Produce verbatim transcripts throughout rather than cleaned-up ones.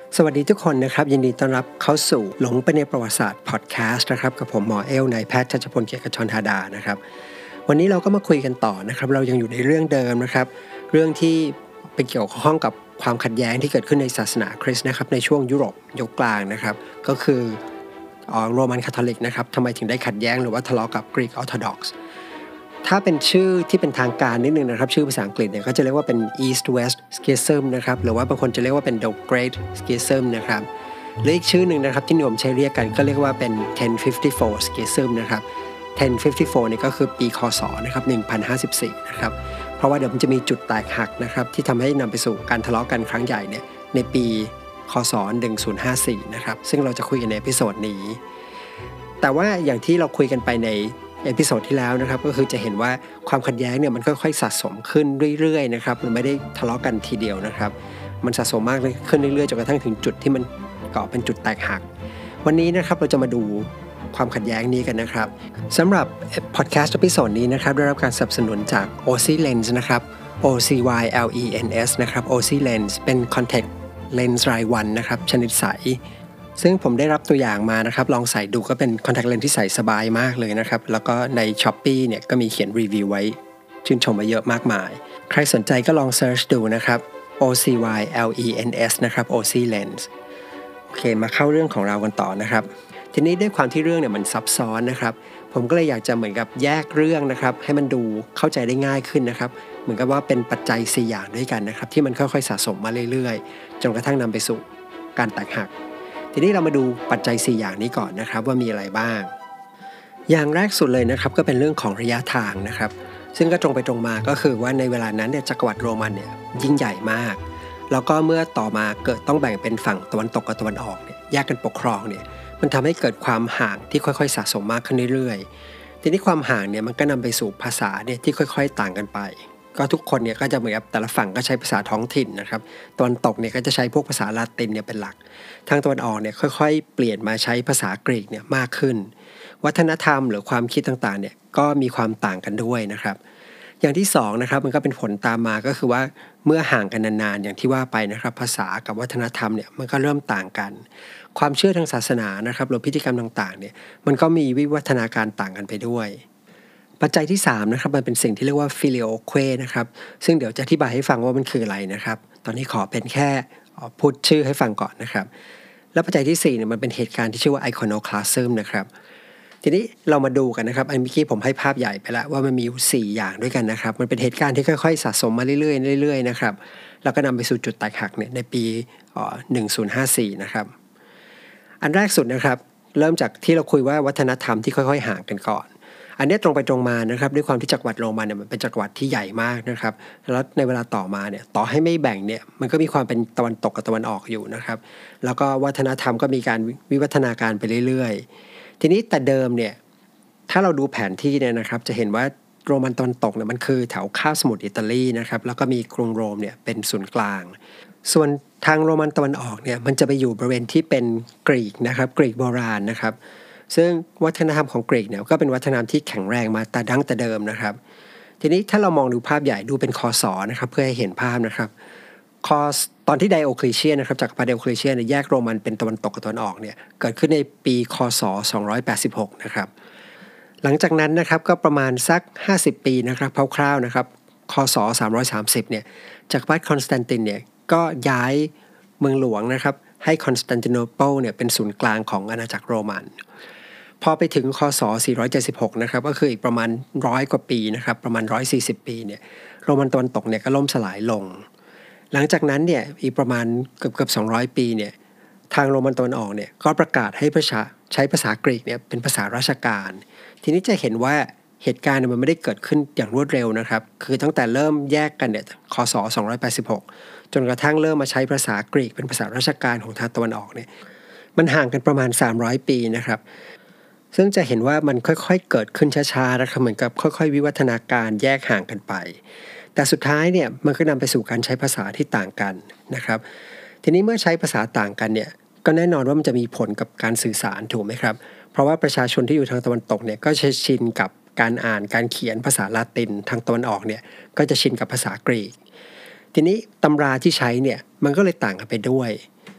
สวัสดีทุกคนนะครับยินดีต้อนรับเข้าสู่หลงไปในประวัติศาสตร์พอดแคสต์นะครับกับผมหมอเอลนายแพทย์ชัชพลเกียรติกชรธาดานะครับวันนี้เราก็มาคุยกันต่อนะครับเรายังอยู่ในเรื่องเดิมนะครับเรื่องที่เป็นเกี่ยวข้องกับความขัดแย้งที่เกิดขึ้นในศาสนาคริสต์นะครับในช่วงยุโรปยุคกลางนะครับก็คือโรมันคาทอลิกนะครับทำไมถึงได้ขัดแย้งหรือว่าทะเลาะกับกรีกออร์โธดอกซ์ถ้าเป็นชื่อที่เป็นทางการนิดนึงนะครับชื่อภาษาอังกฤษเนี่ยก็จะเรียกว่าเป็น East West Schism นะครับหรือว่าบางคนจะเรียกว่าเป็น The Great Schism นะครับหรืออีกชื่อหนึ่งนะครับที่นิยมใช้เรียกกันก็เรียกว่าเป็น เท็นฟิฟตี้โฟร์ Schism นะครับ เท็นฟิฟตี้โฟร์ นี่ก็คือปีคศนะครับหนึ่งพันห้าสิบสี่นะครับเพราะว่าเดี๋ยวมันจะมีจุดแตกหักนะครับที่ทำให้นำไปสู่การทะเลาะกันครั้งใหญ่เนี่ยในปีคศหนึ่งพันห้าสิบสี่นะครับซึ่งเราจะคุยกันในเอพิโซดนี้แต่ว่าอย่างที่เราคุยกันไปในเอพิโซดที่แล้วนะครับก็คือจะเห็นว่าความขัดแย้งเนี่ยมันค่อยๆสะสมขึ้นเรื่อยๆนะครับมันไม่ได้ทะเลาะกันทีเดียวนะครับมันสะสมมากขึ้นเรื่อยๆจนกระทั่งถึงจุดที่มันก่อเป็นจุดแตกหักวันนี้นะครับเราจะมาดูความขัดแย้งนี้กันนะครับสำหรับพอดแคสต์เอพิโซดนี้นะครับได้รับการสนับสนุนจาก โอ ซี Lens นะครับ โอ ซี วาย แอล อี เอ็น เอส นะครับ โอ ซี Lens เป็น Contact Lens รายวันนะครับชนิดใสซึ่งผมได้รับตัวอย่างมานะครับลองใส่ดูก็เป็น Contact Lens ที่ใส่สบายมากเลยนะครับแล้วก็ใน Shopee เนี่ยก็มีเขียนรีวิวไว้ชื่นชมมาเยอะมากมายใครสนใจก็ลองเซิร์ชดูนะครับ โอ ซี วาย แอล อี เอ็น เอส นะครับ โอ ซี Lens โอเคมาเข้าเรื่องของเรากันต่อนะครับทีนี้ด้วยความที่เรื่องเนี่ยมันซับซ้อนนะครับผมก็เลยอยากจะเหมือนกับแยกเรื่องนะครับให้มันดูเข้าใจได้ง่ายขึ้นนะครับเหมือนกับว่าเป็นปัจจัยสี่อย่างด้วยกันนะครับที่มันค่อยๆสะสมมาเรื่อยๆจนกระทั่งนำไปสู่การแตกหักทีนี้เรามาดูปัจจัยสี่อย่างนี้ก่อนนะครับว่ามีอะไรบ้างอย่างแรกสุดเลยนะครับก็เป็นเรื่องของระยะทางนะครับซึ่งก็ตรงไปตรงมาก็คือว่าในเวลานั้นเนี่ยจักรวรรดิโรมันเนี่ยยิ่งใหญ่มากแล้วก็เมื่อต่อมาเกิดต้องแบ่งเป็นฝั่งตะวันตกกับตะวันออกเนี่ยแยกกันปกครองเนี่ยมันทำให้เกิดความห่างที่ค่อยๆสะสมมากขึ้นเรื่อยๆทีนี้ความห่างเนี่ยมันก็นำไปสู่ภาษาเนี่ยที่ค่อยๆต่างกันไปก็ทุกคนเนี่ยก็จะเหมือนกับแต่ละฝั่งก็ใช้ภาษาท้องถิ่นนะครับตะวันตกเนี่ยก็จะใช้พวกภาษาลาตินเนี่ยเป็นหลักทางตะวันออกเนี่ยค่อยๆเปลี่ยนมาใช้ภาษากรีกเนี่ยมากขึ้นวัฒนธรรมหรือความคิดต่างๆเนี่ยก็มีความต่างกันด้วยนะครับอย่างที่สองนะครับมันก็เป็นผลตามมาก็คือว่าเมื่อห่างกันนานๆอย่างที่ว่าไปนะครับภาษากับวัฒนธรรมเนี่ยมันก็เริ่มต่างกันความเชื่อทางศาสนานะครับหรือพิธีกรรมต่างๆเนี่ยมันก็มีวิวัฒนาการต่างกันไปด้วยปัจจัยที่สามนะครับมันเป็นสิ่งที่เรียกว่า filioque นะครับซึ่งเดี๋ยวจะอธิบายให้ฟังว่ามันคืออะไรนะครับตอนนี้ขอเป็นแค่พูดชื่อให้ฟังก่อนนะครับแล้วปัจจัยที่สี่เนี่ยมันเป็นเหตุการณ์ที่ชื่อว่า iconoclasm นะครับทีนี้เรามาดูกันนะครับอันเมื่อกี้ผมให้ภาพใหญ่ไปแล้วว่ามันมีอยู่สี่อย่างด้วยกันนะครับมันเป็นเหตุการณ์ที่ค่อยๆสะสมมาเรื่อยๆเรื่อยๆนะครับแล้วก็นำไปสู่จุดแตกหักเนี่ยในปีหนึ่งพันห้าสิบสี่นะครับอันแรกสุดนะครับเริ่มจากที่เราคุยว่าวัฒนธรรมที่ค่อยๆห่างกันก่อนอันนี้ตรงไปตรงมานะครับด้วยความที่จักรวรรดิโรมันเนี่ยมันเป็นจักรวรรดิที่ใหญ่มากนะครับแล้วในเวลาต่อมาเนี่ยต่อให้ไม่แบ่งเนี่ยมันก็มีความเป็นตะวันตกกับตะวันออกอยู่นะครับแล้วก็วัฒนธรรมก็มีการวิวัฒนาการไปเรื่อยๆทีนี้แต่เดิมเนี่ยถ้าเราดูแผนที่เนี่ยนะครับจะเห็นว่าโรมันตะวันตกเนี่ยมันคือแถวคาบสมุทรอิตาลีนะครับแล้วก็มีกรุงโรมเนี่ยเป็นศูนย์กลางส่วนทางโรมันตะวันออกเนี่ยมันจะไปอยู่บริเวณที่เป็นกรีกนะครับกรีกโบราณนะครับซึ่งวัฒนธรรมของกรีกเนี่ยก็เป็นวัฒนธรรมที่แข็งแรงมาแต่ดั้งแต่เดิมนะครับทีนี้ถ้าเรามองดูภาพใหญ่ดูเป็นคศนะครับเพื่อให้เห็นภาพนะครับคอตอนที่ไดโอคลีเชียนนะครับจากพระไดโอคลีเชียนเนี่ยแยกโรมันเป็นตะวันตกกับตะวันออกเนี่ยเกิดขึ้นในปีคศสองร้อยแปดสิบหกนะครับหลังจากนั้นนะครับก็ประมาณสักห้าสิบปีนะครับคร่าวๆนะครับคศสามร้อยสามสิบเนี่ยจากวัดคอนสแตนตินเนี่ยก็ย้ายเมืองหลวงนะครับให้คอนสแตนติโนเปิลเนี่ยเป็นศูนย์กลางของอาณาจักรโรมันพอไปถึงคศสี่ร้อยเจ็ดสิบหกนะครับก็คืออีกประมาณร้อยกว่าปีนะครับประมาณหนึ่งร้อยสี่สิบปีเนี่ยโรมันตะวันตกเนี่ยก็ล่มสลายลงหลังจากนั้นเนี่ยอีกประมาณเกือบๆสองร้อยปีเนี่ยทางโรมันตะวันออกเนี่ยก็ประกาศให้ประชาใช้ภาษากรีกเนี่ยเป็นภาษาราชการทีนี้จะเห็นว่าเหตุการณ์มันไม่ได้เกิดขึ้นอย่างรวดเร็วนะครับคือตั้งแต่เริ่มแยกกันเนี่ยคศสองร้อยแปดสิบหกจนกระทั่งเริ่มมาใช้ภาษากรีกเป็นภาษาราชการของทางตะวันออกเนี่ยมันห่างกันประมาณสามร้อยปีนะครับซึ่งจะเห็นว่ามันค่อยๆเกิดขึ้นช้าๆนะครับเหมือนกับค่อยๆวิวัฒนาการแยกห่างกันไปแต่สุดท้ายเนี่ยมันก็นำไปสู่การใช้ภาษาที่ต่างกันนะครับทีนี้เมื่อใช้ภาษาต่างกันเนี่ยก็แน่นอนว่ามันจะมีผลกับการสื่อสารถูกไหมครับเพราะว่าประชาชนที่อยู่ทางตะวันตกเนี่ยก็จะชินกับการอ่านการเขียนภาษาลาตินทางตะวันออกเนี่ยก็จะชินกับภาษากรีกทีนี้ตำราที่ใช้เนี่ยมันก็เลยต่างกันไปด้วย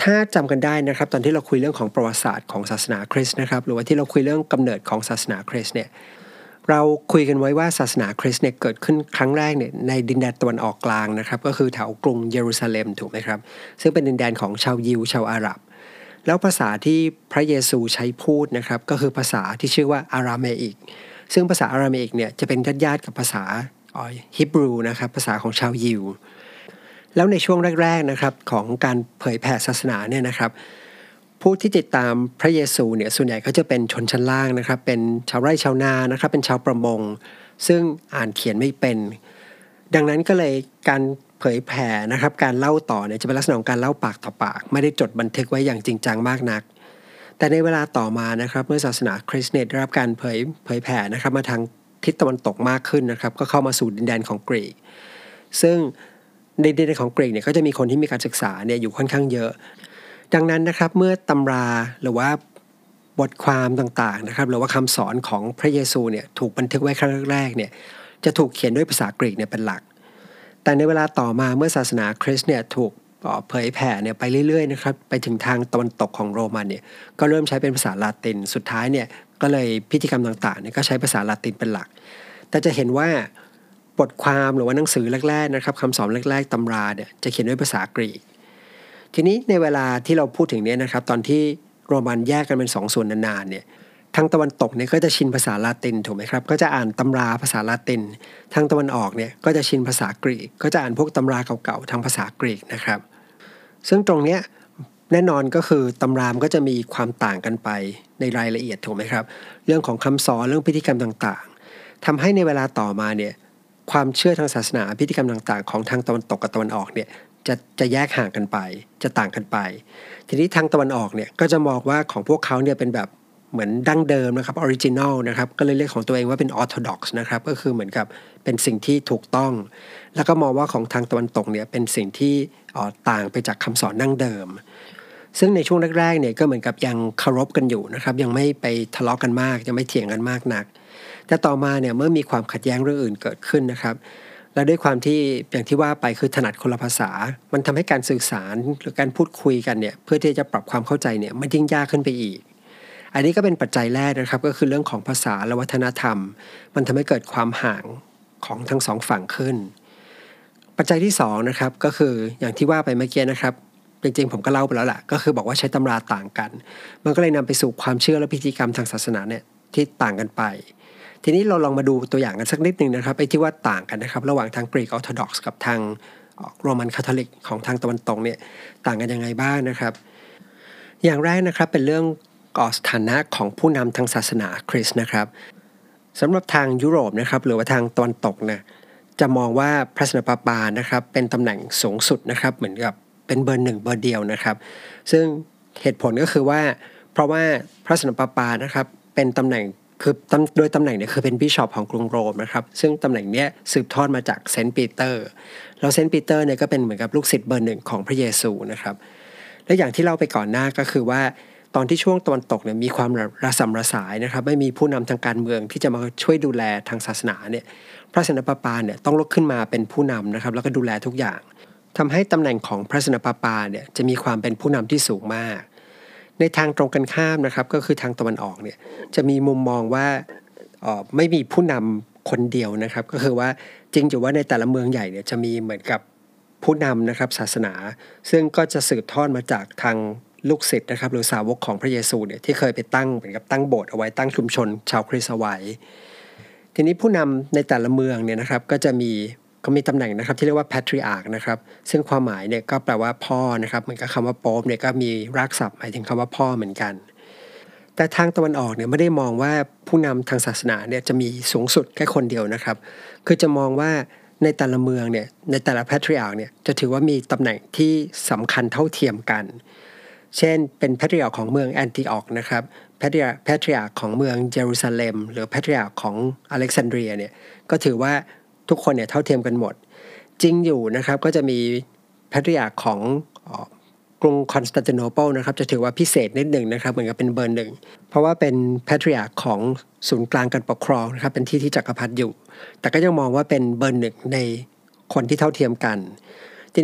ถ้าจำกันได้นะครับตอนที่เราคุยเรื่องของประวัติศาสตร์ของศาสนาคริสต์นะครับหรือว่าที่เราคุยเรื่องกำเนิดของศาสนาคริสต์เนี่ยเราคุยกันไว้ว่าศาสนาคริสต์เนี่ยเกิดขึ้นครั้งแรกเนี่ยในดินแดนตะวันออกกลางนะครับก็คือแถวกรุงเยรูซาเล็มถูกไหมครับซึ่งเป็นดินแดนของชาวยิวชาวอาหรับแล้วภาษาที่พระเยซูใช้พูดนะครับก็คือภาษาที่ชื่อว่าอาราเมอิกซึ่งภาษาอาราเมอิกเนี่ยจะเป็นญาติๆกับภาษาฮีบรูนะครับภาษาของชาวยิวแล้วในช่วงแรกๆนะครับของการเผยแผ่ศาสนาเนี่ยนะครับผู้ที่ติดตามพระเยซูเนี่ยส่วนใหญ่ก็จะเป็นชนชั้นล่างนะครับเป็นชาวไร่ชาวนานะครับเป็นชาวประมงซึ่งอ่านเขียนไม่เป็นดังนั้นก็เลยการเผยแผ่นะครับการเล่าต่อเนี่ยจะเป็นลักษณะของการเล่าปากต่อปากไม่ได้จดบันทึกไว้อย่างจริงจังมากนักแต่ในเวลาต่อมานะครับเมื่อศาสนาคริสต์เนี่ยได้รับการเผยเผยแผ่นะครับมาทางทิศตะวันตกมากขึ้นนะครับก็เข้ามาสู่ดินแดนของกรีกซึ่งในดินแดนของกรีกเนี่ยก็จะมีคนที่มีการศึกษาเนี่ยอยู่ค่อนข้างเยอะดังนั้นนะครับเมื่อตำราหรือว่าบทความต่างๆนะครับหรือว่าคำสอนของพระเยซูเนี่ยถูกบันทึกไว้ครั้งแรกๆเนี่ยจะถูกเขียนด้วยภาษากรีกเนี่ยเป็นหลักแต่ในเวลาต่อมาเมื่อศาสนาคริสต์เนี่ยถูกเผยแผ่เนี่ยไปเรื่อยๆนะครับไปถึงทางตะวันตกของโรมันเนี่ยก็เริ่มใช้เป็นภาษาลาตินสุดท้ายเนี่ยก็เลยพิธีกรรมต่างๆเนี่ยก็ใช้ภาษาลาตินเป็นหลักแต่จะเห็นว่าบทความหรือว่าหนังสือแรกๆนะครับคำสอนแรกๆตำราเนี่ยจะเขียนด้วยภาษากรีกทีนี้ในเวลาที่เราพูดถึงเนี่ยนะครับตอนที่โรมันแยกกันเป็นสองส่วนนานๆเนี่ยทางตะวันตกเนี่ยก็จะชินภาษาลาตินถูกไหมครับก็จะอ่านตำราภาษาลาตินทางตะวันออกเนี่ยก็จะชินภาษากรีกก็จะอ่านพวกตำราเก่าๆทางภาษากรีกนะครับซึ่งตรงเนี้ยแน่นอนก็คือตำรามก็จะมีความต่างกันไปในรายละเอียดถูกไหมครับเรื่องของคำสอนเรื่องพิธีกรรมต่างๆทำให้ในเวลาต่อมาเนี่ยความเชื่อทางศาสนาพิธีกรรมต่างๆของทางตะวันตกกับตะวันออกเนี่ยจะจะแยกห่างกันไปจะต่างกันไปทีนี้ทางตะวันออกเนี่ยก็จะมองว่าของพวกเขาเนี่ยเป็นแบบเหมือนดั้งเดิมนะครับออริจินอลนะครับก็เลยเรียกของตัวเองว่าเป็นออร์โธดอกซ์นะครับก็คือเหมือนกับเป็นสิ่งที่ถูกต้องแล้วก็มองว่าของทางตะวันตกเนี่ยเป็นสิ่งที่ต่างไปจากคำสอนดั้งเดิมซึ่งในช่วงแรกๆเนี่ยก็เหมือนกับยังเคารพกันอยู่นะครับยังไม่ไปทะเลาะกันมากยังไม่เถียงกันมากนักแต่ต่อมาเนี่ยเมื่อมีความขัดแย้งเรื่องอื่นเกิดขึ้นนะครับและด้วยความที่อย่างที่ว่าไปคือถนัดคนละภาษามันทำให้การสื่อสารหรือการพูดคุยกันเนี่ยเพื่อที่จะปรับความเข้าใจเนี่ยมันยิ่งยากขึ้นไปอีกอันนี้ก็เป็นปัจจัยแรกนะครับก็คือเรื่องของภาษาและวัฒนธรรมมันทำให้เกิดความห่างของทั้งสองฝั่งขึ้นปัจจัยที่สองนะครับก็คืออย่างที่ว่าไปเมื่อกี้นะครับจริงๆผมก็เล่าไปแล้วแหละก็คือบอกว่าใช้ตำราต่างกันมันก็เลยนำไปสู่ความเชื่อและพิธีกรรมทางศาสนาเนี่ยที่ต่างกันไปทีนี้เราลองมาดูตัวอย่างกันสักนิดนึงนะครับไอ้ที่ว่าต่างกันนะครับระหว่างทางกรีกออร์โธดอกซ์กับทางโรมันคาทอลิกของทางตะวันตกเนี่ยต่างกันยังไงบ้างนะครับอย่างแรกนะครับเป็นเรื่องก่อสถานะของผู้นำทางศาสนาคริสต์นะครับสำหรับทางยุโรปนะครับหรือว่าทางตะวันตกเนี่ยจะมองว่าพระสันตะปาปานะครับเป็นตำแหน่งสูงสุดนะครับเหมือนกับเป็นเบอร์หนึ่งเบอร์เดียวนะครับซึ่งเหตุผลก็คือว่าเพราะว่าพระสันตะปาปานะครับเป็นตำแหน่งคือโดยตำแหน่งเนี่ยคือเป็นบิชอปของกรุงโรมนะครับซึ่งตำแหน่งนี้สืบทอดมาจากเซนต์ปีเตอร์แล้วเซนต์ปีเตอร์เนี่ยก็เป็นเหมือนกับลูกศิษย์เบอร์หนึ่งของพระเยซูนะครับและอย่างที่เล่าไปก่อนหน้าก็คือว่าตอนที่ช่วงตะวันตกเนี่ยมีความระสำระสายนะครับไม่มีผู้นำทางการเมืองที่จะมาช่วยดูแลทางศาสนาเนี่ยพระสันตะปาปาเนี่ยต้องลุกขึ้นมาเป็นผู้นำนะครับแล้วก็ดูแลทุกอย่างทำให้ตำแหน่งของพระสันตะปาปาเนี่ยจะมีความเป็นผู้นำที่สูงมากในทางตรงกันข้ามนะครับก็คือทางตะวันออกเนี่ยจะมีมุมมองว่าเอ่อไม่มีผู้นำคนเดียวนะครับก็คือว่าจริงอยู่ว่าในแต่ละเมืองใหญ่เนี่ยจะมีเหมือนกับผู้นำนะครับศาสนาซึ่งก็จะสืบทอดมาจากทางลูกศิษย์นะครับหรือสาวกของพระเยซูเนี่ยที่เคยไปตั้งเหมือนกับตั้งโบสถ์เอาไว้ตั้งชุมชนชาวคริสต์เอาไว้ทีนี้ผู้นำในแต่ละเมืองเนี่ยนะครับก็จะมีก็มีตำแหน่งนะครับที่เรียกว่า patriarch นะครับซึ่งความหมายเนี่ยก็แปลว่าพ่อนะครับเหมือนกับคำว่าโป๊ปเนี่ยก็มีรากศัพท์หมายถึงคำว่าพ่อเหมือนกันแต่ทางตะวันออกเนี่ยไม่ได้มองว่าผู้นำทางศาสนาเนี่ยจะมีสูงสุดแค่คนเดียวนะครับคือจะมองว่าในแต่ละเมืองเนี่ยในแต่ละ patriarch เนี่ยจะถือว่ามีตำแหน่งที่สำคัญเท่าเทียมกันเช่นเป็น patriarch ของเมืองแอนติออกนะครับ patriarch patriarch ของเมืองเยรูซาเล็มหรือ patriarch ของอเล็กซานเดรียเนี่ยก็ถือว่าทุกคนเนี่ยเท่าเทียมกันหมดจริงอยู่นะครับก็จะมี patriarch ของกรุงคอนสแตนติโนเปิลนะครับจะถือว่าพิเศษนิดหนึ่งนะครับเหมือนกับเป็นเบอร์หนึ่งเพราะว่าเป็น patriarch ของศูนย์กลางการปกครองนะครับเป็นที่ที่จักรพรรดิอยู่แต่ก็ยังมองว่าเป็นเบอร์หนึ่งในคนที่เท่าเทียมกันทีนี้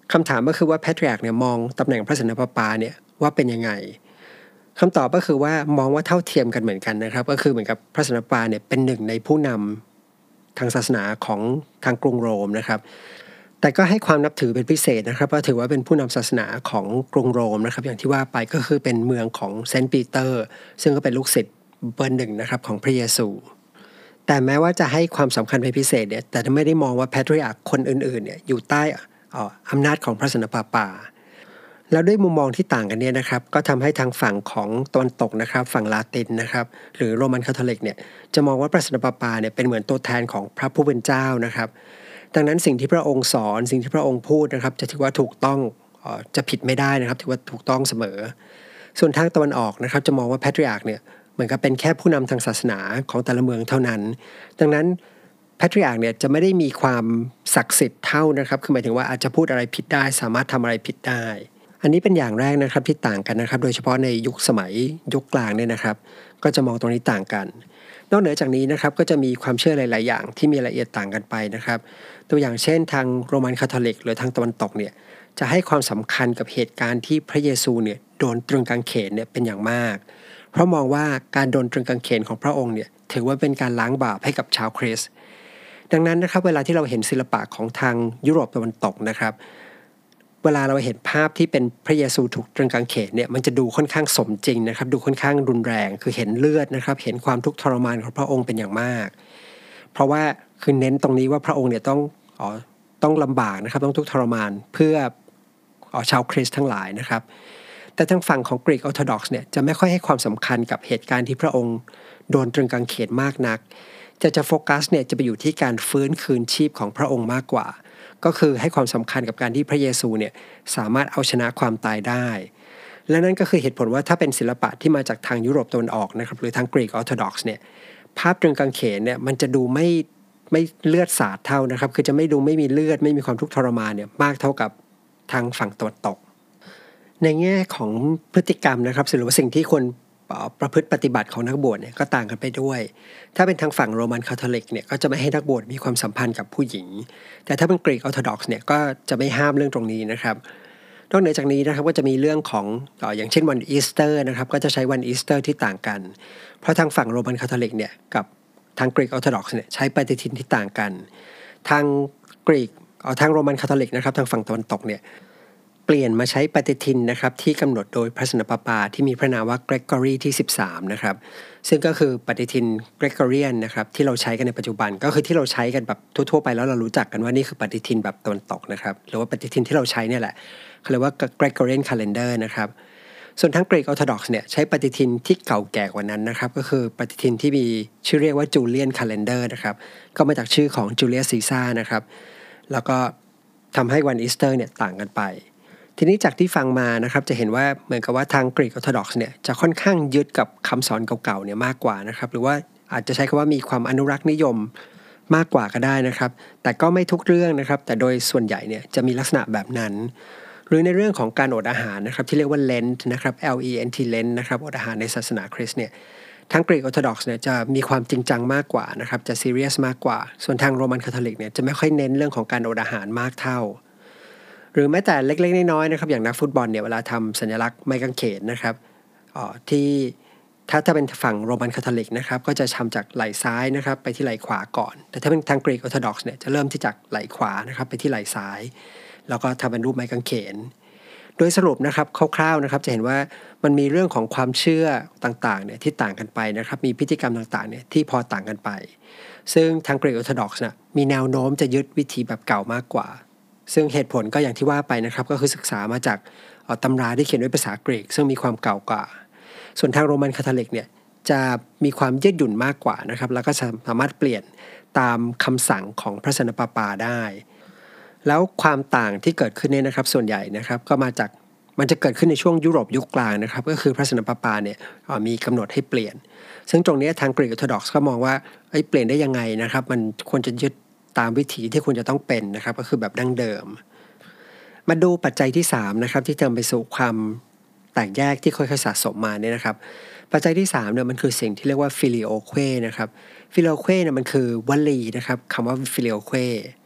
คำถามก็คือว่าแพทริอาร์คเนี่ยมองตำแหน่งพระสันตะปาปาเนี่ยว่าเป็นยังไงคำตอบก็คือว่ามองว่าเท่าเทียมกันเหมือนกันนะครับก็คือเหมือนกับพระสันตะปาปาเนี่ยเป็นหนึ่งในผู้นำทางศาสนาของทางกรุงโรมนะครับแต่ก็ให้ความนับถือเป็นพิเศษนะครับเพราะถือว่าเป็นผู้นำศาสนาของกรุงโรมนะครับอย่างที่ว่าไปก็คือเป็นเมืองของเซนต์ปีเตอร์ซึ่งก็เป็นลูกศิษย์เบอร์หนึ่งนะครับของพระเยซูแต่แม้ว่าจะให้ความสำคัญเป็นพิเศษเนี่ยแต่ไม่ได้มองว่าแพทริอาร์คคนอื่นๆเนี่ยอยู่ใต้อำนาจของพระสันตะปาปาแล้วด้วยมุมมองที่ต่างกันเนี่ยนะครับก็ทำให้ทางฝั่งของตะวันตกนะครับฝั่งลาตินนะครับหรือโรมันคาทอลิกเนี่ยจะมองว่าพระสันตะปาปาเนี่ยเป็นเหมือนตัวแทนของพระผู้เป็นเจ้านะครับดังนั้นสิ่งที่พระองค์สอนสิ่งที่พระองค์พูดนะครับจะถือว่าถูกต้องจะผิดไม่ได้นะครับถือว่าถูกต้องเสมอส่วนทางตะวันออกนะครับจะมองว่าแพทริอาร์คเนี่ยเหมือนกับเป็นแค่ผู้นำทางศาสนาของแต่ละเมืองเท่านั้นดังนั้นแพทริอาร์คเนี่ยจะไม่ได้มีความศักดิ์สิทธิ์เท่านะครับคือหมายถึงว่าอาจจะพูดอะไรผิดได้สามารถทำอะไรผิดได้อันนี้เป็นอย่างแรกนะครับที่ต่างกันนะครับโดยเฉพาะในยุคสมัยยุคกลางเนี่ยนะครับก็จะมองตรงนี้ต่างกันนอกเหนือจากนี้นะครับก็จะมีความเชื่อหลายๆอย่างที่มีรายละเอียดต่างกันไปนะครับตัวอย่างเช่นทางโรมันคาทอลิกหรือทางตะวันตกเนี่ยจะให้ความสำคัญกับเหตุการณ์ที่พระเยซูเนี่ยโดนตรึงกางเขนเนี่ยเป็นอย่างมากเพราะมองว่าการโดนตรึงกางเขนของพระองค์เนี่ยถือว่าเป็นการล้างบาปให้กับชาวคริสต์ดังนั้นนะครับเวลาที่เราเห็นศิลปะของทางยุโรปตะวันตกนะครับเวลาเราเห็นภาพที่เป็นพระเยซูถูกตรึงกางเขนเนี่ยมันจะดูค่อนข้างสมจริงนะครับดูค่อนข้างรุนแรงคือเห็นเลือดนะครับเห็นความทุกข์ทรมานของพระองค์เป็นอย่างมากเพราะว่าคือเน้นตรงนี้ว่าพระองค์เนี่ยต้องอ๋อต้องลำบากนะครับต้องทุกข์ทรมานเพื่ออ๋อชาวคริสต์ทั้งหลายนะครับแต่ทางฝั่งของกรีกออร์โธดอกซ์เนี่ยจะไม่ค่อยให้ความสำคัญกับเหตุการณ์ที่พระองค์โดนตรึงกางเขนมากนักจะจะโฟกัสเนี่ยจะไปอยู่ที่การฟื้นคืนชีพของพระองค์มากกว่าก็คือให้ความสำคัญกับการที่พระเยซูเนี่ยสามารถเอาชนะความตายได้และนั่นก็คือเหตุผลว่าถ้าเป็นศิลปะที่มาจากทางยุโรปตะวันออกนะครับหรือทางกรีกออร์โธดอกซ์เนี่ยภาพตรึงกางเขนเนี่ยมันจะดูไม่ไม่เลือดสาดเท่านะครับคือจะไม่ดูไม่มีเลือดไม่มีความทุกข์ทรมานเนี่ยมากเท่ากับทางฝั่งตะวันตกในแง่ของพฤติกรรมนะครับหรือว่าสิ่งที่คนประพฤติปฏิบัติของนักบวชเนี่ยก็ต่างกันไปด้วยถ้าเป็นทางฝั่งโรมันคาทอลิกเนี่ยก็จะไม่ให้นักบวชมีความสัมพันธ์กับผู้หญิงแต่ถ้าเป็นกรีกออร์โธดอกซ์เนี่ยก็จะไม่ห้ามเรื่องตรงนี้นะครับนอกเหนือจากนี้นะครับก็จะมีเรื่องของอ๋ออย่างเช่นวันอีสเตอร์นะครับก็จะใช้วันอีสเตอร์ที่ต่างกันเพราะทางฝั่งโรมันคาทอลิกเนี่ยกับทางกรีกออร์โธดอกซ์เนี่ยใช้ปฏิทินที่ต่างกันทางกรีกอ๋อทางโรมันคาทอลิกนะครับทางฝั่งตะวันตกเนี่ยเปลี่ยนมาใช้ปฏิทินนะครับที่กำหนดโดยพระสันตะปาปาที่มีพระนามว่าเกรกอรีที่สิบสามนะครับซึ่งก็คือปฏิทินเกรกอเรียนนะครับที่เราใช้กันในปัจจุบันก็คือที่เราใช้กันแบบทั่วๆไปแล้วเรารู้จักกันว่านี่คือปฏิทินแบบตะวันตกนะครับหรือว่าปฏิทินที่เราใช้เนี่ยแหละเขาเรียกว่า Gregorian calendar นะครับส่วนทั้งกรีกออร์โธดอกซ์เนี่ยใช้ปฏิทินที่เก่าแก่กว่านั้นนะครับก็คือปฏิทินที่มีชื่อเรียกว่า Julian calendar นะครับก็มาจากชื่อของจูเลียสซีซ่าร์นะครับแล้วก็ทำให้วันอีสเตอร์เนี่ยต่างกันไปทีนี้จากที่ฟังมานะครับจะเห็นว่าเหมือนกับว่าทางกรีกออร์โธดอกซ์เนี่ยจะค่อนข้างยึดกับคำสอนเก่าๆเนี่ยมากกว่านะครับหรือว่าอาจจะใช้คำว่ามีความอนุรักษ์นิยมมากกว่าก็ได้นะครับแต่ก็ไม่ทุกเรื่องนะครับแต่โดยส่วนใหญ่เนี่ยจะมีลักษณะแบบนั้นหรือในเรื่องของการอดอาหารนะครับที่เรียกว่า Lent นะครับ L E N T Lent นะครับอดอาหารในศาสนาคริสต์เนี่ยทางกรีกออร์โธดอกซ์เนี่ยจะมีความจริงจังมากกว่านะครับจะซีเรียสมากกว่าส่วนทางโรมันคาทอลิกเนี่ยจะไม่ค่อยเน้นเรื่องของการอดอาหารมากเท่าหรือแม้แต่เล็กๆน้อยๆนะครับอย่างนักฟุตบอลเนี่ยเวลาทำสัญลักษณ์ไม้กางเขนนะครับอ๋อที่ถ้าถ้าเป็นฝั่งโรมันคาทอลิกนะครับก็จะทำจากไหล่ซ้ายนะครับไปที่ไหล่ขวาก่อนแต่ถ้าเป็นทางกรีกออร์โธดอกซ์เนี่ยจะเริ่มที่จากไหล่ขวานะครับไปที่ไหล่ซ้ายแล้วก็ทำเป็นรูปไม้กางเขนโดยสรุปนะครับคร่าวๆนะครับจะเห็นว่ามันมีเรื่องของความเชื่อต่างๆเนี่ยที่ต่างกันไปนะครับมีพิธีกรรมต่างๆเนี่ยที่พอต่างกันไปซึ่งทางกรีกออร์โธดอกซ์นะมีแนวโน้มจะยึดวิธีแบบเก่ามากกว่าซึ่งเหตุผลก็อย่างที่ว่าไปนะครับก็คือศึกษามาจากตำราที่เขียนด้วยภาษากรีกซึ่งมีความเก่ากว่าส่วนทางโรมันคาทอลิกเนี่ยจะมีความยืดหยุ่นมากกว่านะครับแล้วก็สามารถเปลี่ยนตามคำสั่งของพระสันตะปาปาได้แล้วความต่างที่เกิดขึ้นเนี่ยนะครับส่วนใหญ่นะครับก็มาจากมันจะเกิดขึ้นในช่วงยุโรปยุคกลางนะครับก็คือพระสันตะปาปาเนี่ยมีกำหนดให้เปลี่ยนซึ่งตรงนี้ทางกรีกออร์โธดอกซ์ก็มองว่าเปลี่ยนได้ยังไงนะครับมันควรจะยึดตามวิถีที่ควรจะต้องเป็นนะครับก็คือแบบดั้งเดิมมาดูปัจจัยที่สามนะครับที่นำไปสู่ความแตกแยกที่ค่อยๆสะสมมาเนี่ยนะครับปัจจัยที่สามเนี่ยมันคือสิ่งที่เรียกว่า filioque นะครับ filioque เนี่ยมันคือวลีนะครับคำว่า filioque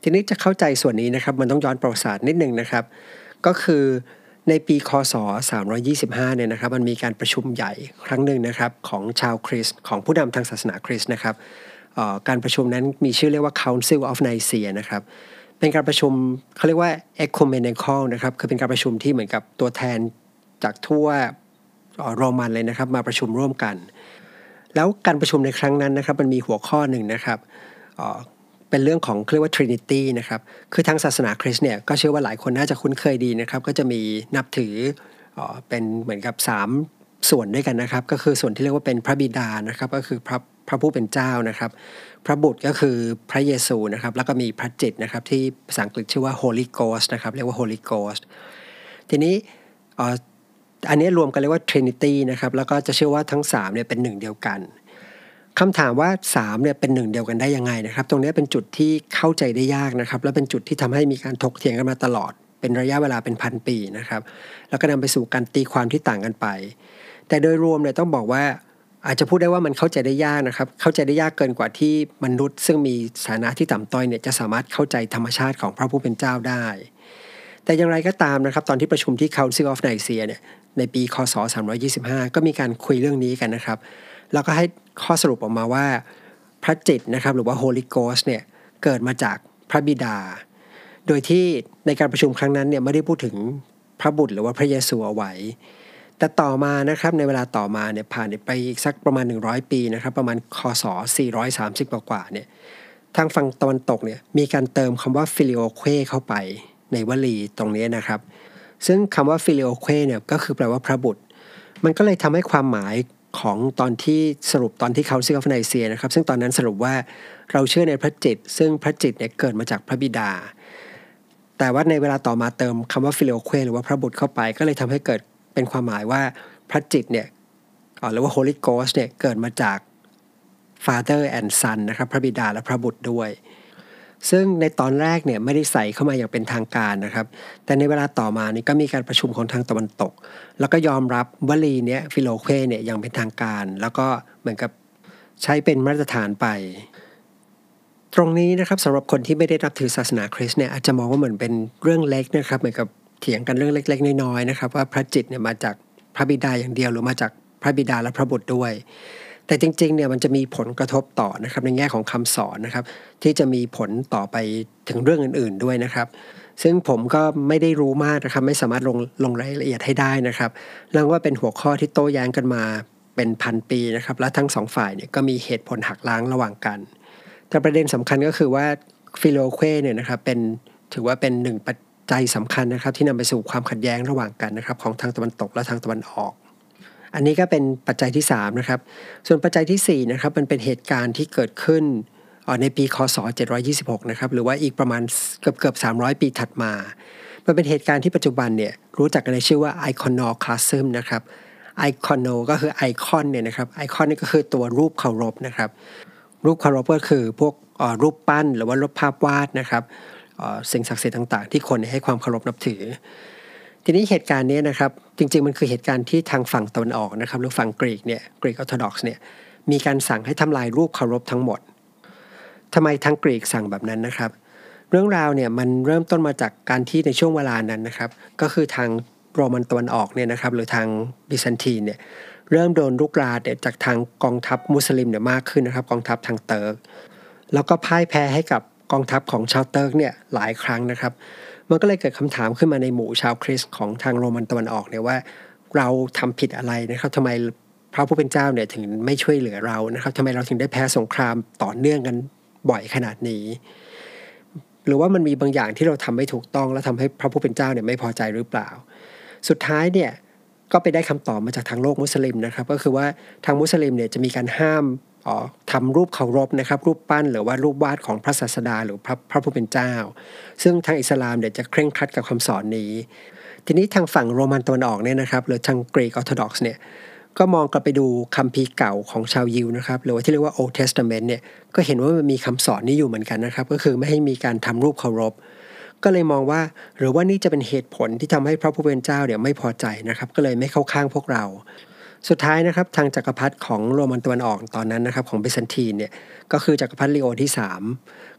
ทีนี้จะเข้าใจส่วนนี้นะครับมันต้องย้อนประวัติศาสตร์นิดนึงนะครับก็คือในปีคศสามร้อยยี่สิบห้าเนี่ยนะครับมันมีการประชุมใหญ่ครั้งหนึ่งนะครับของชาวคริสต์ของผู้นำทางศาสนาคริสต์นะครับการประชุมนั้นมีชื่อเรียกว่า Council of Nicaea นะครับเป็นการประชุมเขาเรียกว่า ecumenical นะครับคือเป็นการประชุมที่เหมือนกับตัวแทนจากทั่วโรมันเลยนะครับมาประชุมร่วมกันแล้วการประชุมในครั้งนั้นนะครับมันมีหัวข้อหนึ่งนะครับเป็นเรื่องของเรียกว่า Trinity นะครับคือทางศาสนาคริสต์เนี่ยก็เชื่อว่าหลายคนน่าจะคุ้นเคยดีนะครับก็จะมีนับถือเป็นเหมือนกับสามส่วนด้วยกันนะครับก็คือส่วนที่เรียกว่าเป็นพระบิดานะครับก็คือพระพระผู้เป็นเจ้านะครับพระบุตรก็คือพระเยซูนะครับแล้วก็มีพระจิตนะครับที่ภาษาอังกฤษชื่อว่า Holy Ghost นะครับเรียกว่า Holy Ghost ทีนี้อันนี้รวมกันเรียกว่า Trinity นะครับแล้วก็จะเชื่อว่าทั้งสามเนี่ยเป็นหนึ่งเดียวกันคำถามว่าสามเนี่ยเป็นหนึ่งเดียวกันได้ยังไงนะครับตรงนี้เป็นจุดที่เข้าใจได้ยากนะครับและเป็นจุดที่ทำให้มีการถกเถียงกันมาตลอดเป็นระยะเวลาเป็นพันปีนะครับแล้วก็นำไปสู่การตีความที่ต่างกันไปแต่โดยรวมเนี่ยต้องบอกว่าอาจจะพูดได้ว่ามันเข้าใจได้ยากนะครับเข้าใจได้ยากเกินกว่าที่มนุษย์ซึ่งมีฐานะที่ต่ำต้อยเนี่ยจะสามารถเข้าใจธรรมชาติของพระผู้เป็นเจ้าได้แต่อย่างไรก็ตามนะครับตอนที่ประชุมที่ Council of Nicaea เนี่ยในปีคศสามร้อยยี่สิบห้าก็มีการคุยเรื่องนี้กันนะครับแล้วก็ให้ข้อสรุปออกมาว่าพระจิตนะครับหรือว่า Holy Ghost เนี่ยเกิดมาจากพระบิดาโดยที่ในการประชุมครั้งนั้นเนี่ยไม่ได้พูดถึงพระบุตรหรือว่าพระเยซูเอาไว้แต่ต่อมานะครับในเวลาต่อมาเนี่ยผ่านไปอีกสักประมาณหนึ่งร้อยปีนะครับประมาณคศสี่ร้อยสามสิบกว่าๆเนี่ยทางฝั่งตะวันตกเนี่ยมีการเติมคำว่า filioque เข้าไปในวลีตรงนี้นะครับซึ่งคำว่า filioque เนี่ยก็คือแปลว่าพระบุตรมันก็เลยทำให้ความหมายของตอนที่สรุปตอนที่ Council of Nicaea นะครับซึ่งตอนนั้นสรุปว่าเราเชื่อในพระจิตซึ่งพระจิตเนี่ยเกิดมาจากพระบิดาแต่ว่าในเวลาต่อมาเติมคำว่า filioque หรือว่าพระบุตรเข้าไปก็เลยทำให้เกิดเป็นความหมายว่าพระจิตเนี่ยหรือว่า Holy Ghost เนี่ยเกิดมาจาก Father and Son นะครับพระบิดาและพระบุตรด้วยซึ่งในตอนแรกเนี่ยไม่ได้ใส่เข้ามาอย่างเป็นทางการนะครับแต่ในเวลาต่อมานี่ก็มีการประชุมของทางตะวันตกแล้วก็ยอมรับวลีเนี้ยฟิโลเควเนี่ยอย่างเป็นทางการแล้วก็เหมือนกับใช้เป็นมาตรฐานไปตรงนี้นะครับสำหรับคนที่ไม่ได้นับถือศาสนาคริสต์เนี่ยอาจจะมองว่าเหมือนเป็นเรื่องเล็กนะครับเหมือนกับเถียงกันเรื่องเล็กๆน้อยๆนะครับว่าพระจิตเนี่ยมาจากพระบิดาอย่างเดียวหรือมาจากพระบิดาและพระบุตรด้วยแต่จริงๆเนี่ยมันจะมีผลกระทบต่อนะครับในแง่ของคำสอนนะครับที่จะมีผลต่อไปถึงเรื่องอื่นๆด้วยนะครับซึ่งผมก็ไม่ได้รู้มากนะครับไม่สามารถลงลงรายละเอียดให้ได้นะครับแล้วว่าเป็นหัวข้อที่โต้แย้งกันมาเป็นพันปีนะครับและทั้งสองฝ่ายเนี่ยก็มีเหตุผลหักล้างระหว่างกันแต่ประเด็นสำคัญก็คือว่าฟิโลเควเนี่ยนะครับเป็นถือว่าเป็นหนึ่งปัจจัยสำคัญนะครับที่นำไปสู่ความขัดแย้งระหว่างกันนะครับของทางตะวันตกและทางตะวันออกอันนี้ก็เป็นปัจจัยที่สามนะครับส่วนปัจจัยที่สี่นะครับมันเป็นเหตุการณ์ที่เกิดขึ้นในปีคศเจ็ดร้อยยี่สิบหกนะครับหรือว่าอีกประมาณเกือบๆสามร้อยปีถัดมามันเป็นเหตุการณ์ที่ปัจจุบันเนี่ยรู้จักกันในชื่อว่า iconoclasm นะครับ icono ก็คือไอคอนเนี่ยนะครับไอคอนนี่ก็คือตัวรูปเคารพนะครับรูปเคารพก็คือพวกรูปปั้นหรือว่ารูปภาพวาดนะครับสิ่งศักดิ์สิทธิ์ต่างๆที่คนให้ความเคารพนับถือทีนี้เหตุการณ์นี้นะครับจริงๆมันคือเหตุการณ์ที่ทางฝั่งตะวันออกนะครับหรือฝั่งกรีกเนี่ยกรีกออร์โธดอกซ์เนี่ยมีการสั่งให้ทำลายรูปเคารพทั้งหมดทำไมทางกรีกสั่งแบบนั้นนะครับเรื่องราวเนี่ยมันเริ่มต้นมาจากการที่ในช่วงเวลานั้นนะครับก็คือทางโรมันตะวันออกเนี่ยนะครับหรือทางบิซันตินเนี่ยเริ่มโดนรุกรานเนี่ยจากทางกองทัพมุสลิมเนี่ยมากขึ้นนะครับกองทัพทางเติร์กแล้วก็พ่ายแพ้ให้กับกองทัพของชาวเติร์กเนี่ยหลายครั้งนะครับมันก็เลยเกิดคำถามขึ้นมาในหมู่ชาวคริสต์ของทางโรมันตะวันออกเนี่ยว่าเราทำผิดอะไรนะครับทำไมพระผู้เป็นเจ้าเนี่ยถึงไม่ช่วยเหลือเรานะครับทำไมเราถึงได้แพ้สงครามต่อเนื่องกันบ่อยขนาดนี้หรือว่ามันมีบางอย่างที่เราทำไม่ถูกต้องแล้วทำให้พระผู้เป็นเจ้าเนี่ยไม่พอใจหรือเปล่าสุดท้ายเนี่ยก็ไปได้คำตอบมาจากทางโลกมุสลิมนะครับก็คือว่าทางมุสลิมเนี่ยจะมีการห้ามทำรูปเคารพนะครับรูปปั้นหรือว่ารูปวาดของพระศาสดาหรือพระพระผู้เป็นเจ้าซึ่งทางอิสลามเนี่ยจะเคร่งครัดกับคำสอนนี้ทีนี้ทางฝั่งโรมันตะวันออกเนี่ยนะครับหรือทางกรีกออร์โธดอกซ์เนี่ยก็มองกลับไปดูคัมภีร์เก่าของชาวยิวนะครับหรือว่าที่เรียกว่า Old Testament เนี่ยก็เห็นว่ามันมีคำสอนนี้อยู่เหมือนกันนะครับก็คือไม่ให้มีการทำรูปเคารพก็เลยมองว่าหรือว่านี่จะเป็นเหตุผลที่ทำให้พระผู้เป็นเจ้าเนี่ยไม่พอใจนะครับก็เลยไม่เข้าข้างพวกเราสุดท้ายนะครับทางจักรพรรดิของโรมันตะวันออกตอนนั้นนะครับของบิซันตินเนี่ยก็คือจักรพรรดิลีโอที่สาม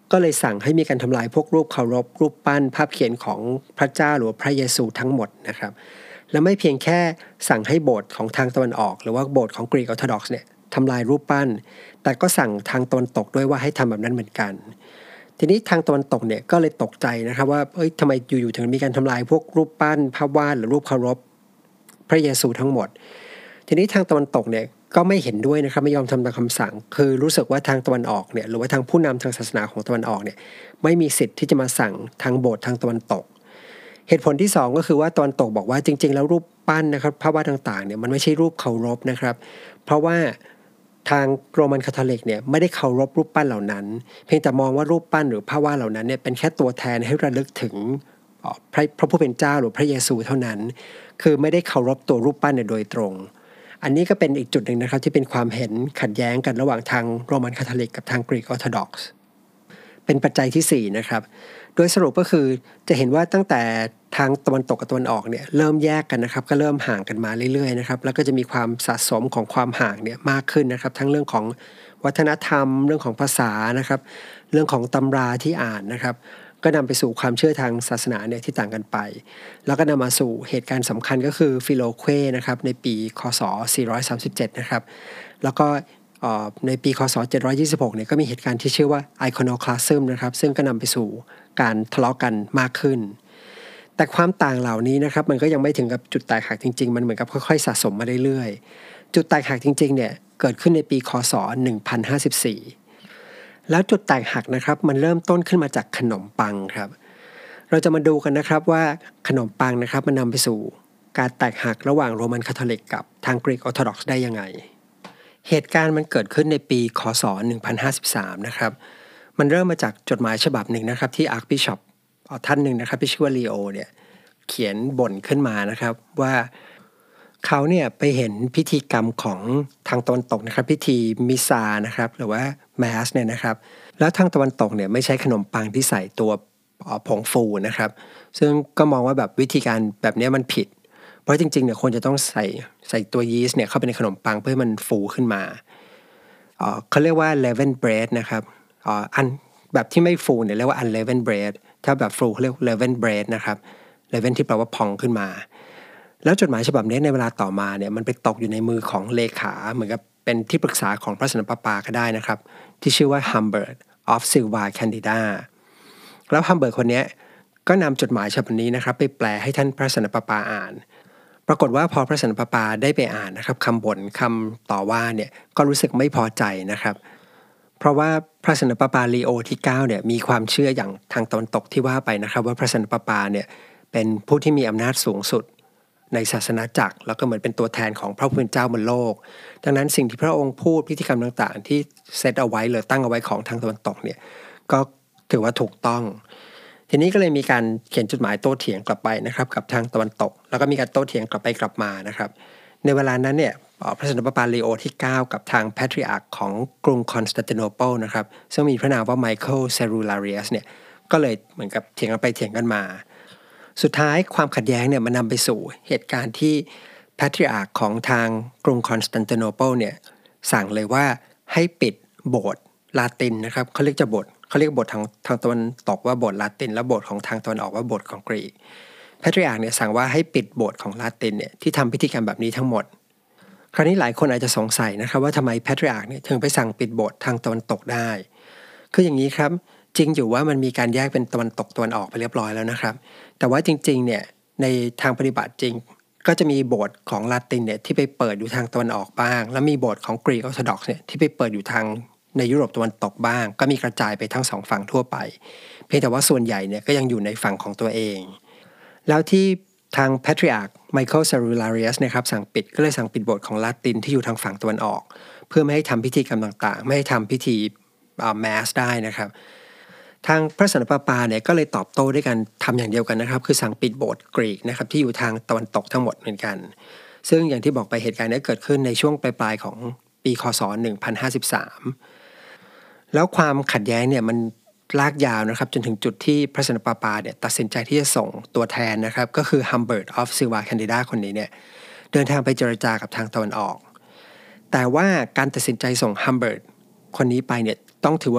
ก็เลยสั่งให้มีการทำลายพวกรูปเคารพรูปปั้นภาพเขียนของพระเจ้าหรือพระเยซูทั้งหมดนะครับและไม่เพียงแค่สั่งให้โบสถ์ของทางตะวันออกหรือว่าโบสถ์ของกรีกออร์โธดอกซ์เนี่ยทำลายรูปปั้นแต่ก็สั่งทางตะวันตกด้วยว่าให้ทำแบบนั้นเหมือนกันทีนี้ทางตะวันตกเนี่ยก็เลยตกใจนะครับว่าเอ้ยทำไมอยู่ๆถึงมีการทำลายพวกรูปปั้นภาพวาดหรือรูปเคารพพระเยซูทั้งหมดทีนี้ทางตะวันตกเนี่ยก็ไม่เห็นด้วยนะครับไม่ยอมทำตามคำสั่งคือรู้สึกว่าทางตะวันออกเนี่ยหรือว่าทางผู้นำทางศาสนาของตะวันออกเนี่ยไม่มีสิทธิ์ที่จะมาสั่งทางโบสถ์ทางตะวันตกเหตุผลที่สองก็คือว่าตะวันตกบอกว่าจริงๆแล้วรูปปั้นนะครับภาพวาดต่างๆเนี่ยมันไม่ใช่รูปเคารพนะครับเพราะว่าทางโรมันคาทอลิกเนี่ยไม่ได้เคารพรูปปั้นเหล่านั้นเพียงแต่มองว่ารูปปั้นหรือภาพวาดเหล่านั้นเนี่ยเป็นแค่ตัวแทนให้ระลึกถึงพระพระผู้เป็นเจ้าหรือพระเยซูเท่านั้นคือไม่ได้เคารพตัวรูปปั้นเนี่ยโดยตรงอันนี้ก็เป็นอีกจุดหนึ่งนะครับที่เป็นความเห็นขัดแย้งกันระหว่างทางโรมันคาทอลิกกับทางกรีกออร์โธดอกซ์เป็นปัจจัยที่สี่นะครับโดยสรุปก็คือจะเห็นว่าตั้งแต่ทางตะวันตกกับตะวันออกเนี่ยเริ่มแยกกันนะครับก็เริ่มห่างกันมาเรื่อยๆนะครับแล้วก็จะมีความสะสมของความห่างเนี่ยมากขึ้นนะครับทั้งเรื่องของวัฒนธรรมเรื่องของภาษานะครับเรื่องของตำราที่อ่านนะครับก็นำไปสู่ความเชื่อทางศาสนาเนี่ยที่ต่างกันไปแล้วก็นำมาสู่เหตุการณ์สำคัญก็คือฟิโลเควนะครับในปีคศสี่ร้อยสามสิบเจ็ดนะครับแล้วก็ในปีคศเจ็ดร้อยยี่สิบหกเนี่ยก็มีเหตุการณ์ที่ชื่อว่าไอคอนอคลาซึมนะครับซึ่งก็นำไปสู่การทะเลาะกันมากขึ้นแต่ความต่างเหล่านี้นะครับมันก็ยังไม่ถึงกับจุดแตกหักจริงๆมันเหมือนกับค่อยๆสะสมมาเรื่อยๆจุดแตกหักจริงๆเนี่ยเกิดขึ้นในปีคศหนึ่งพันห้าสิบสี่แล้วจุดแตกหักนะครับมันเริ่มต้นขึ้นมาจากขนมปังครับเราจะมาดูกันนะครับว่าขนมปังนะครับมันนำไปสู่การแตกหักระหว่างโรมันคาทอลิกกับทางกรีกออร์โธดอกซ์ได้ยังไงเหตุการณ์มันเกิดขึ้นในปีคศหนึ่งพันห้าสิบสามนะครับมันเริ่มมาจากจดหมายฉบับหนึ่งนะครับที่อาร์คบิชอปท่านหนึ่งนะครับที่ชื่อว่าลีโอเนี่ยเขียนบ่นขึ้นมานะครับว่าเขาเนี่ยไปเห็นพิธีกรรมของทางตะวันตกนะครับพิธีมิซานะครับหรือว่าแมสเนี่ยนะครับแล้วทางตะวันตกเนี่ยไม่ใช้ขนมปังที่ใส่ตัวผงฟูนะครับซึ่งก็มองว่าแบบวิธีการแบบนี้มันผิดเพราะจริงๆเนี่ยควรจะต้องใส่ใส่ตัวยีสต์เนี่ยเข้าไปในขนมปังเพื่อให้มันฟูขึ้นมาเขาเรียกว่า leaven bread นะครับอันแบบที่ไม่ฟูเนี่ยเรียกว่า unleavened bread ถ้าแบบฟูเขาเรียก leaven bread นะครับ leaven ที่แปลว่าพองขึ้นมาแล้วจดหมายฉบับนี้ในเวลาต่อมาเนี่ยมันไปตกอยู่ในมือของเลขาเหมือนกับเป็นที่ปรึกษาของพระสันตะปาก็ได้นะครับที่ชื่อว่า Humbert of Silva Candida แล้ว Humbert คนนี้ก็นำจดหมายฉบับนี้นะครับไปแปลให้ท่านพระสันตะปาอ่านปรากฏว่าพอพระสันตะปาได้ไปอ่านนะครับคำบ่นคำต่อว่าเนี่ยก็รู้สึกไม่พอใจนะครับเพราะว่าพระสันตะปาลีโอที่เก้าเนี่ยมีความเชื่ออย่างทางตะวันตกที่ว่าไปนะครับว่าพระสันตะปาเนี่ยเป็นผู้ที่มีอำนาจสูงสุดในศาสนาจักรแล้วก็เหมือนเป็นตัวแทนของพระผู้เป็นเจ้าบนโลกดังนั้นสิ่งที่พระองค์พูดพิธีกรรมต่างๆที่เซตเอาไว้หรือตั้งเอาไว้ของทางตะวันตกเนี่ยก็ถือว่าถูกต้องทีนี้ก็เลยมีการเขียนจดหมายโต้เถียงกลับไปนะครับกับทางตะวันตกแล้วก็มีการโต้เถียงกลับไปกลับมานะครับในเวลานั้นเนี่ยพระสันตะปาลีโอที่เก้ากับทางแพทริอาร์คของกรุงคอนสแตนติโนเปิลนะครับซึ่งมีพระนามว่าไมเคิลเซรูลาเรียสเนี่ยก็เลยเหมือนกับเถียงกันไปเถียงกันมาสุดท้ายความขัดแย้งเนี่ยมันนำไปสู่เหตุการณ์ที่แพทริอาร์คของทางกรุงคอนสแตนติโนเปิลเนี่ยสั่งเลยว่าให้ปิดโบสถ์ลาตินนะครับเขาเรียกจะโบสถ์เขาเรียกโบสถ์ทางทางตะวันตกว่าโบสถ์ลาตินและโบสถ์ของทางตะวันออกว่าโบสถ์ของกรีกแพทริอาร์คเนี่ยสั่งว่าให้ปิดโบสถ์ของลาตินเนี่ยที่ทำพิธีกรรมแบบนี้ทั้งหมดคราวนี้หลายคนอาจจะสงสัยนะครับว่าทำไมแพทริอาร์คเนี่ยถึงไปสั่งปิดโบสถ์ทางตะวันตกได้คืออย่างนี้ครับจริงอยู่ว่ามันมีการแยกเป็นตะวันตกตะวันออกไปเรียบร้อยแล้วนะครับแต่ว่าจริงๆเนี่ยในทางปฏิบัติจริงก็จะมีโบสถ์ของลาตินเนี่ยที่ไปเปิดอยู่ทางตะวันออกบ้างแล้วมีโบสถ์ของกรีกออร์โธดอกซ์เนี่ยที่ไปเปิดอยู่ทางในยุโรปตะวันตกบ้างก็มีกระจายไปทั้งสองฝั่งทั่วไปเพียงแต่ว่าส่วนใหญ่เนี่ยก็ยังอยู่ในฝั่งของตัวเองแล้วที่ทางแพทริอาร์คไมเคิลเซรูลาเรียสนะครับสั่งปิดก็เลยสั่งปิดโบสถ์ของลาตินที่อยู่ทางฝั่งตะวันออกเพื่อไม่ให้ทำพิธีกรรมต่างๆไม่ให้ทำพิธีแมสได้นะครับทางพระสันตะปาเนี่ยก็เลยตอบโต้ด้วยกันทำอย่างเดียวกันนะครับคือสั่งปิดโบสถ์กรีกนะครับที่อยู่ทางตะวันตกทั้งหมดเหมือนกันซึ่งอย่างที่บอกไปเหตุการณ์นี้เกิดขึ้นในช่วงปลายๆของปีคศหนึ่งพันห้าสิบสามแล้วความขัดแย้งเนี่ยมันลากยาวนะครับจนถึงจุดที่พระสันตะปาเนี่ยตัดสินใจที่จะส่งตัวแทนนะครับก็คือ Humbert of Silva Candida คนนี้เนี่ยเดินทางไปเจรจากับทางตะวันออกแต่ว่าการตัดสินใจส่ง Humbert คนนี้ไปเนี่ยต้องถือว่าเป็น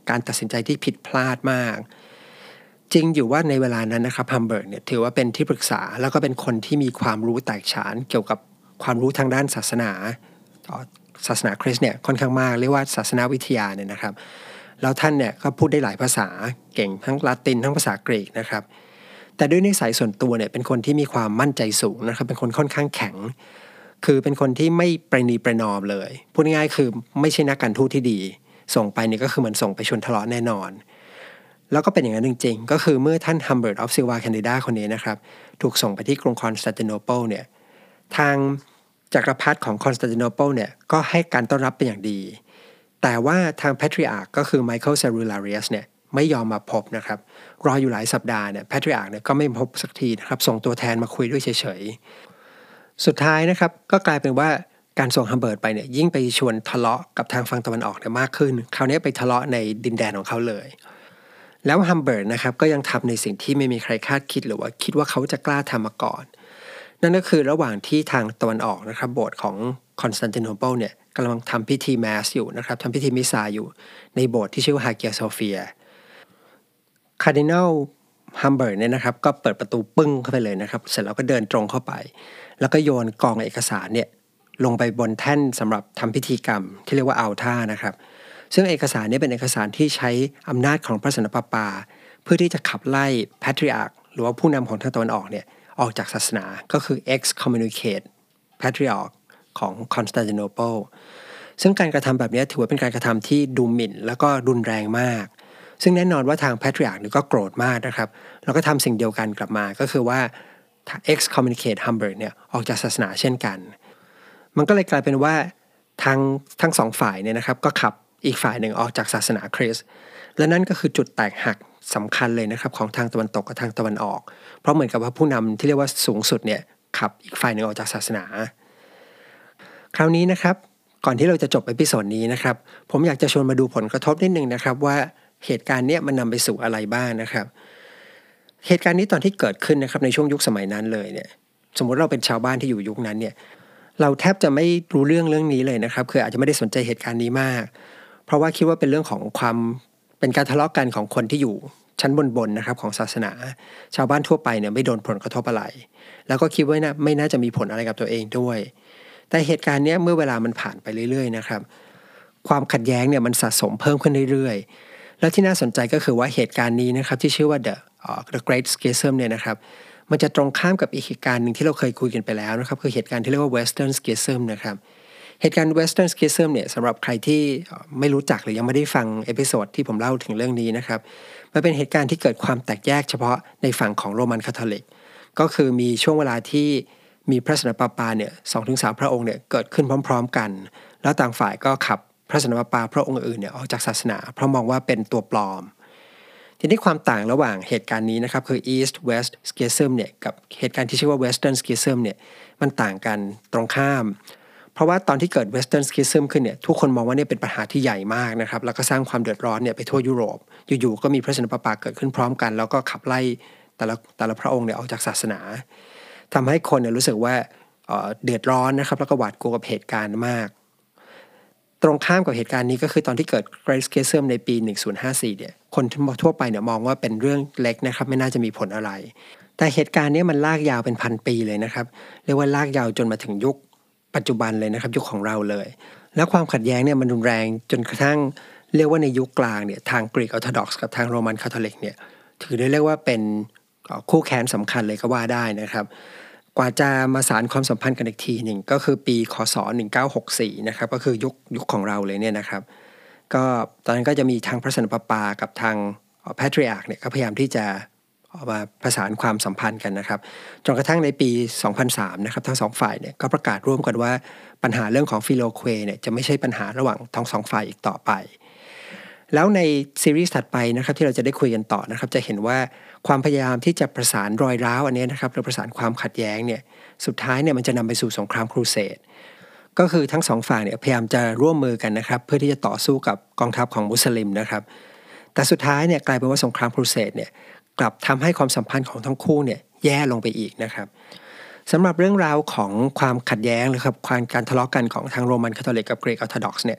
การตัดสินใจที่ผิดพลาดมากจริงอยู่ว่าในเวลานั้นนะครับฮัมเบิร์กเนี่ยถือว่าเป็นที่ปรึกษาแล้วก็เป็นคนที่มีความรู้แตกฉานเกี่ยวกับความรู้ทางด้านศาสนาศาสนาคริสต์เนี่ยค่อนข้างมากเรียกว่าศาสนาวิทยาเนี่ยนะครับแล้วท่านเนี่ยก็พูดได้หลายภาษาเก่งทั้งละตินทั้งภาษากรีกนะครับแต่ด้วยนิสัยส่วนตัวเนี่ยเป็นคนที่มีความมั่นใจสูงนะครับเป็นคนค่อนข้างแข็งคือเป็นคนที่ไม่ประนีประนอมเลยพูดง่ายๆคือไม่ใช่นักการทูตที่ดีส่งไปนี่ก็คือเหมือนส่งไปชวนทะเลาะแน่นอนแล้วก็เป็นอย่างนั้นจริงๆก็คือเมื่อท่านฮัมเบิร์ตออฟซิลวาแคนดิดาคนนี้นะครับถูกส่งไปที่กรุงคอนสแตนติโนเปิลเนี่ยทางจักรพรรดิของคอนสแตนติโนเปิลเนี่ยก็ให้การต้อนรับเป็นอย่างดีแต่ว่าทางแพทริอาร์คก็คือไมเคิลเซรูลาเรียสเนี่ยไม่ยอมมาพบนะครับรออยู่หลายสัปดาห์เนี่ยแพทริอาร์คเนี่ยก็ไม่พบสักทีนะครับส่งตัวแทนมาคุยด้วยเฉยๆสุดท้ายนะครับก็กลายเป็นว่าการส่งฮัมเบิร์ตไปเนี่ยยิ่งไปชวนทะเลาะกับทางฝั่งตะวันออกเนี่ยมากขึ้นคราวนี้ไปทะเลาะในดินแดนของเขาเลยแล้วฮัมเบิร์ตนะครับก็ยังทำในสิ่งที่ไม่มีใครคาดคิดหรือว่าคิดว่าเขาจะกล้าทำมาก่อนนั่นก็คือระหว่างที่ทางตะวันออกนะครับโบสถ์ของคอนสแตนติโนเปิลเนี่ยกำลังทำพิธีแมสอยู่นะครับทำพิธีมิซาอยู่ในโบสถ์ที่ชื่อว่าฮาเกียโซเฟียคาร์ดินัลฮัมเบิร์ตเนี่ยนะครับก็เปิดประตูปึ้งเข้าไปเลยนะครับเสร็จแล้วก็เดินตรงเข้าไปแล้วก็โยนกองเอกสารเนี่ยลงไปบนแท่นสำหรับทำพิธีกรรมที่เรียกว่าอัลทาร์นะครับซึ่งเอกสารนี้เป็นเอกสารที่ใช้อำนาจของพระสันตะปาปาเพื่อที่จะขับไล่แพทริอาร์คหรือว่าผู้นำของทางตะวันออกเนี่ยออกจากศาสนาก็คือ excommunicate patriarch ของคอนสแตนติโนเปิลซึ่งการกระทำแบบนี้ถือว่าเป็นการกระทำที่ดูหมิ่นแล้วก็รุนแรงมากซึ่งแน่นอนว่าทางแพทริอาร์คก็โกรธมากนะครับแล้วก็ทำสิ่งเดียวกันกลับมาก็คือว่า excommunicate Humbert เนี่ยออกจากศาสนาเช่นกันมันก็เลยกลายเป็นว่าทั้งทั้งสองฝ่ายเนี่ยนะครับก็ขับอีกฝ่ายหนึ่งออกจากศาสนาคริสต์และนั่นก็คือจุดแตกหักสำคัญเลยนะครับของทางตะวันตกกับทางตะวันออกเพราะเหมือนกับว่าผู้นำที่เรียกว่าสูงสุดเนี่ยขับอีกฝ่ายหนึ่งออกจากศาสนาคราวนี้นะครับก่อนที่เราจะจบเอพิโซดนี้นะครับผมอยากจะชวนมาดูผลกระทบนิดนึงนะครับว่าเหตุการณ์นี้มันนำไปสู่อะไรบ้างนะครับเหตุการณ์นี้ตอนที่เกิดขึ้นนะครับในช่วงยุคสมัยนั้นเลยเนี่ยสมมติเราเป็นชาวบ้านที่อยู่ยุคนั้นเนี่ยเราแทบจะไม่รู้เรื่องเรื่องนี้เลยนะครับคืออาจจะไม่ได้สนใจเหตุการณ์นี้มากเพราะว่าคิดว่าเป็นเรื่องของความเป็นการทะเลาะกันของคนที่อยู่ชั้นบนๆนะครับของศาสนาชาวบ้านทั่วไปเนี่ยไม่โดนผลกระทบอะไรแล้วก็คิดว่านะไม่น่าจะมีผลอะไรกับตัวเองด้วยแต่เหตุการณ์นี้เมื่อเวลามันผ่านไปเรื่อยๆนะครับความขัดแย้งเนี่ยมันสะสมเพิ่มขึ้นเรื่อยๆแล้วที่น่าสนใจก็คือว่าเหตุการณ์นี้นะครับที่ชื่อว่า the uh, the Great Schism เนี่ยนะครับมันจะตรงข้ามกับอีกเหตุการณ์หนึ่งที่เราเคยคุยกันไปแล้วนะครับคือเหตุการณ์ที่เรียกว่า Western Schism นะครับเหตุการณ์ Western Schism เนี่ยสำหรับใครที่ไม่รู้จักหรือยังไม่ได้ฟังเอพิโซดที่ผมเล่าถึงเรื่องนี้นะครับมันเป็นเหตุการณ์ที่เกิดความแตกแยกเฉพาะในฝั่งของโรมันคาทอลิกก็คือมีช่วงเวลาที่มีพระสันตะปาปาเนี่ย สองถึงสาม พระองค์เนี่ยเกิดขึ้นพร้อมๆกันแล้วต่างฝ่ายก็ขับพระสันตะปาปาพระองค์อื่นเนี่ยออกจากศาสนาเพราะมองว่าเป็นตัวปลอมทีนี้ความต่างระหว่างเหตุการณ์นี้นะครับคือ East West Schism เนี่ยกับเหตุการณ์ที่ชื่อว่า Western Schism เนี่ยมันต่างกันตรงข้ามเพราะว่าตอนที่เกิด Western Schism ขึ้นเนี่ยทุกคนมองว่าเนี่ยเป็นปัญหาที่ใหญ่มากนะครับแล้วก็สร้างความเดือดร้อนเนี่ยไปทั่วยุโรปอยู่ๆก็มีพระสันตะปาปาเกิดขึ้นพร้อมกันแล้วก็ขับไล่แต่ละแต่ละพระองค์เนี่ยออกจากศาสนาทำให้คนเนี่ยรู้สึกว่าเอ่อเดือดร้อนนะครับแล้วก็หวาดกลัวกับเหตุการณ์มากตรงข้ามกับเหตุการณ์นี้ก็คือตอนที่เกิด Great Schism ในปีหนึ่งพันห้าสิบสี่เนี่ยคนทั่วไปเนี่ยมองว่าเป็นเรื่องเล็กนะครับไม่น่าจะมีผลอะไรแต่เหตุการณ์นี้มันลากยาวเป็นพันปีเลยนะครับเรียกว่าลากยาวจนมาถึงยุคปัจจุบันเลยนะครับยุคของเราเลยแล้วความขัดแย้งเนี่ยมันรุนแรงจนกระทั่งเรียกว่าในยุคกลางเนี่ยทางกรีกออร์โธดอกซ์กับทางโรมันคาทอลิกเนี่ยถือได้เรียกว่าเป็นคู่แค้นสำคัญเลยก็ว่าได้นะครับกว่าจะมาสานความสัมพันธ์กันอีกทีหนึ่งก็คือปีคศหนึ่งพันเก้าร้อยหกสิบสี่นะครับก็คือยุคยุคของเราเลยเนี่ยนะครับก็ตอนนั้นก็จะมีทางพระสันตะปาปากับทางแพทริอาร์คเนี่ยก็พยายามที่จะมาประสานความสัมพันธ์กันนะครับจนกระทั่งในปีสองพันสามนะครับทั้งสองฝ่ายเนี่ยก็ประกาศร่วมกันว่าปัญหาเรื่องของฟิโลเควเนี่ยจะไม่ใช่ปัญหาระหว่างทั้งสองฝ่ายอีกต่อไปแล้วในซีรีส์ถัดไปนะครับที่เราจะได้คุยกันต่อนะครับจะเห็นว่าความพยายามที่จะประสานรอยร้าวอันนี้นะครับหรือประสานความขัดแย้งเนี่ยสุดท้ายเนี่ยมันจะนำไปสู่สงครามครูเสดก็คือทั้งสองฝ่ายเนี่ยพยายามจะร่วมมือกันนะครับเพื่อที่จะต่อสู้กับกองทัพของมุสลิมนะครับแต่สุดท้ายเนี่ยกลายเป็นว่าสงครามครูเสดเนี่ยกลับทำให้ความสัมพันธ์ของทั้งคู่เนี่ยแย่ลงไปอีกนะครับสำหรับเรื่องราวของความขัดแย้งหรือครับความการทะเลาะกันของทางโรมันคาทอลิกกับกรีกออร์โธดอกซ์เนี่ย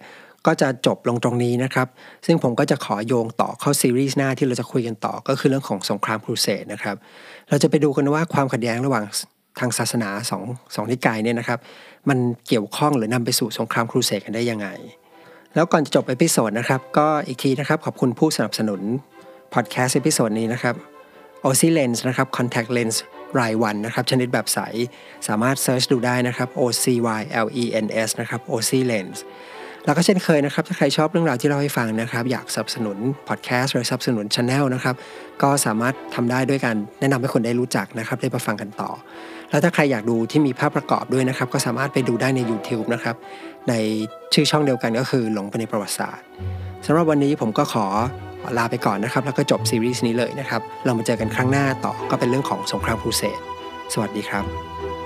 ก็จะจบลงตรงนี้นะครับซึ่งผมก็จะขอโยงต่อเข้าซีรีส์หน้าที่เราจะคุยกันต่อก็คือเรื่องของสงครามครูเสดนะครับเราจะไปดูกันว่าความขัดแย้งระหว่างทางศาสนาสองสองนิกายเนี่ยนะครับมันเกี่ยวข้องหรือนำไปสู่สงครามครูเสดกันได้ยังไงแล้วก่อนจะจบเอพิโซดนะครับก็อีกทีนะครับขอบคุณผู้สนับสนุนพอดแคสต์เอพิโซดนี้นะครับ โอ ซี Lens นะครับ Contact Lens รายวันนะครับชนิดแบบใสสามารถเซิร์ชดูได้นะครับ โอ ซี วาย แอล อี เอ็น เอส นะครับ โอ ซี Lens แล้วก็เช่นเคยนะครับถ้าใครชอบเรื่องราวที่เล่าให้ฟังนะครับอยากสนับสนุนพอดแคสต์หรือสนับสนุน Channel นะครับก็สามารถทำได้ด้วยการแนะนำให้คนได้รู้จักนะครับได้มาฟังกันต่อแล้วถ้าใครอยากดูที่มีภาพประกอบด้วยนะครับก็สามารถไปดูได้ใน YouTube นะครับในชื่อช่องเดียวกันก็คือหลงไปในประวัติศาสตร์สำหรับวันนี้ผมก็ขอลาไปก่อนนะครับแล้วก็จบซีรีส์นี้เลยนะครับเรามาเจอกันครั้งหน้าต่อก็เป็นเรื่องของสงครามครูเสดสวัสดีครับ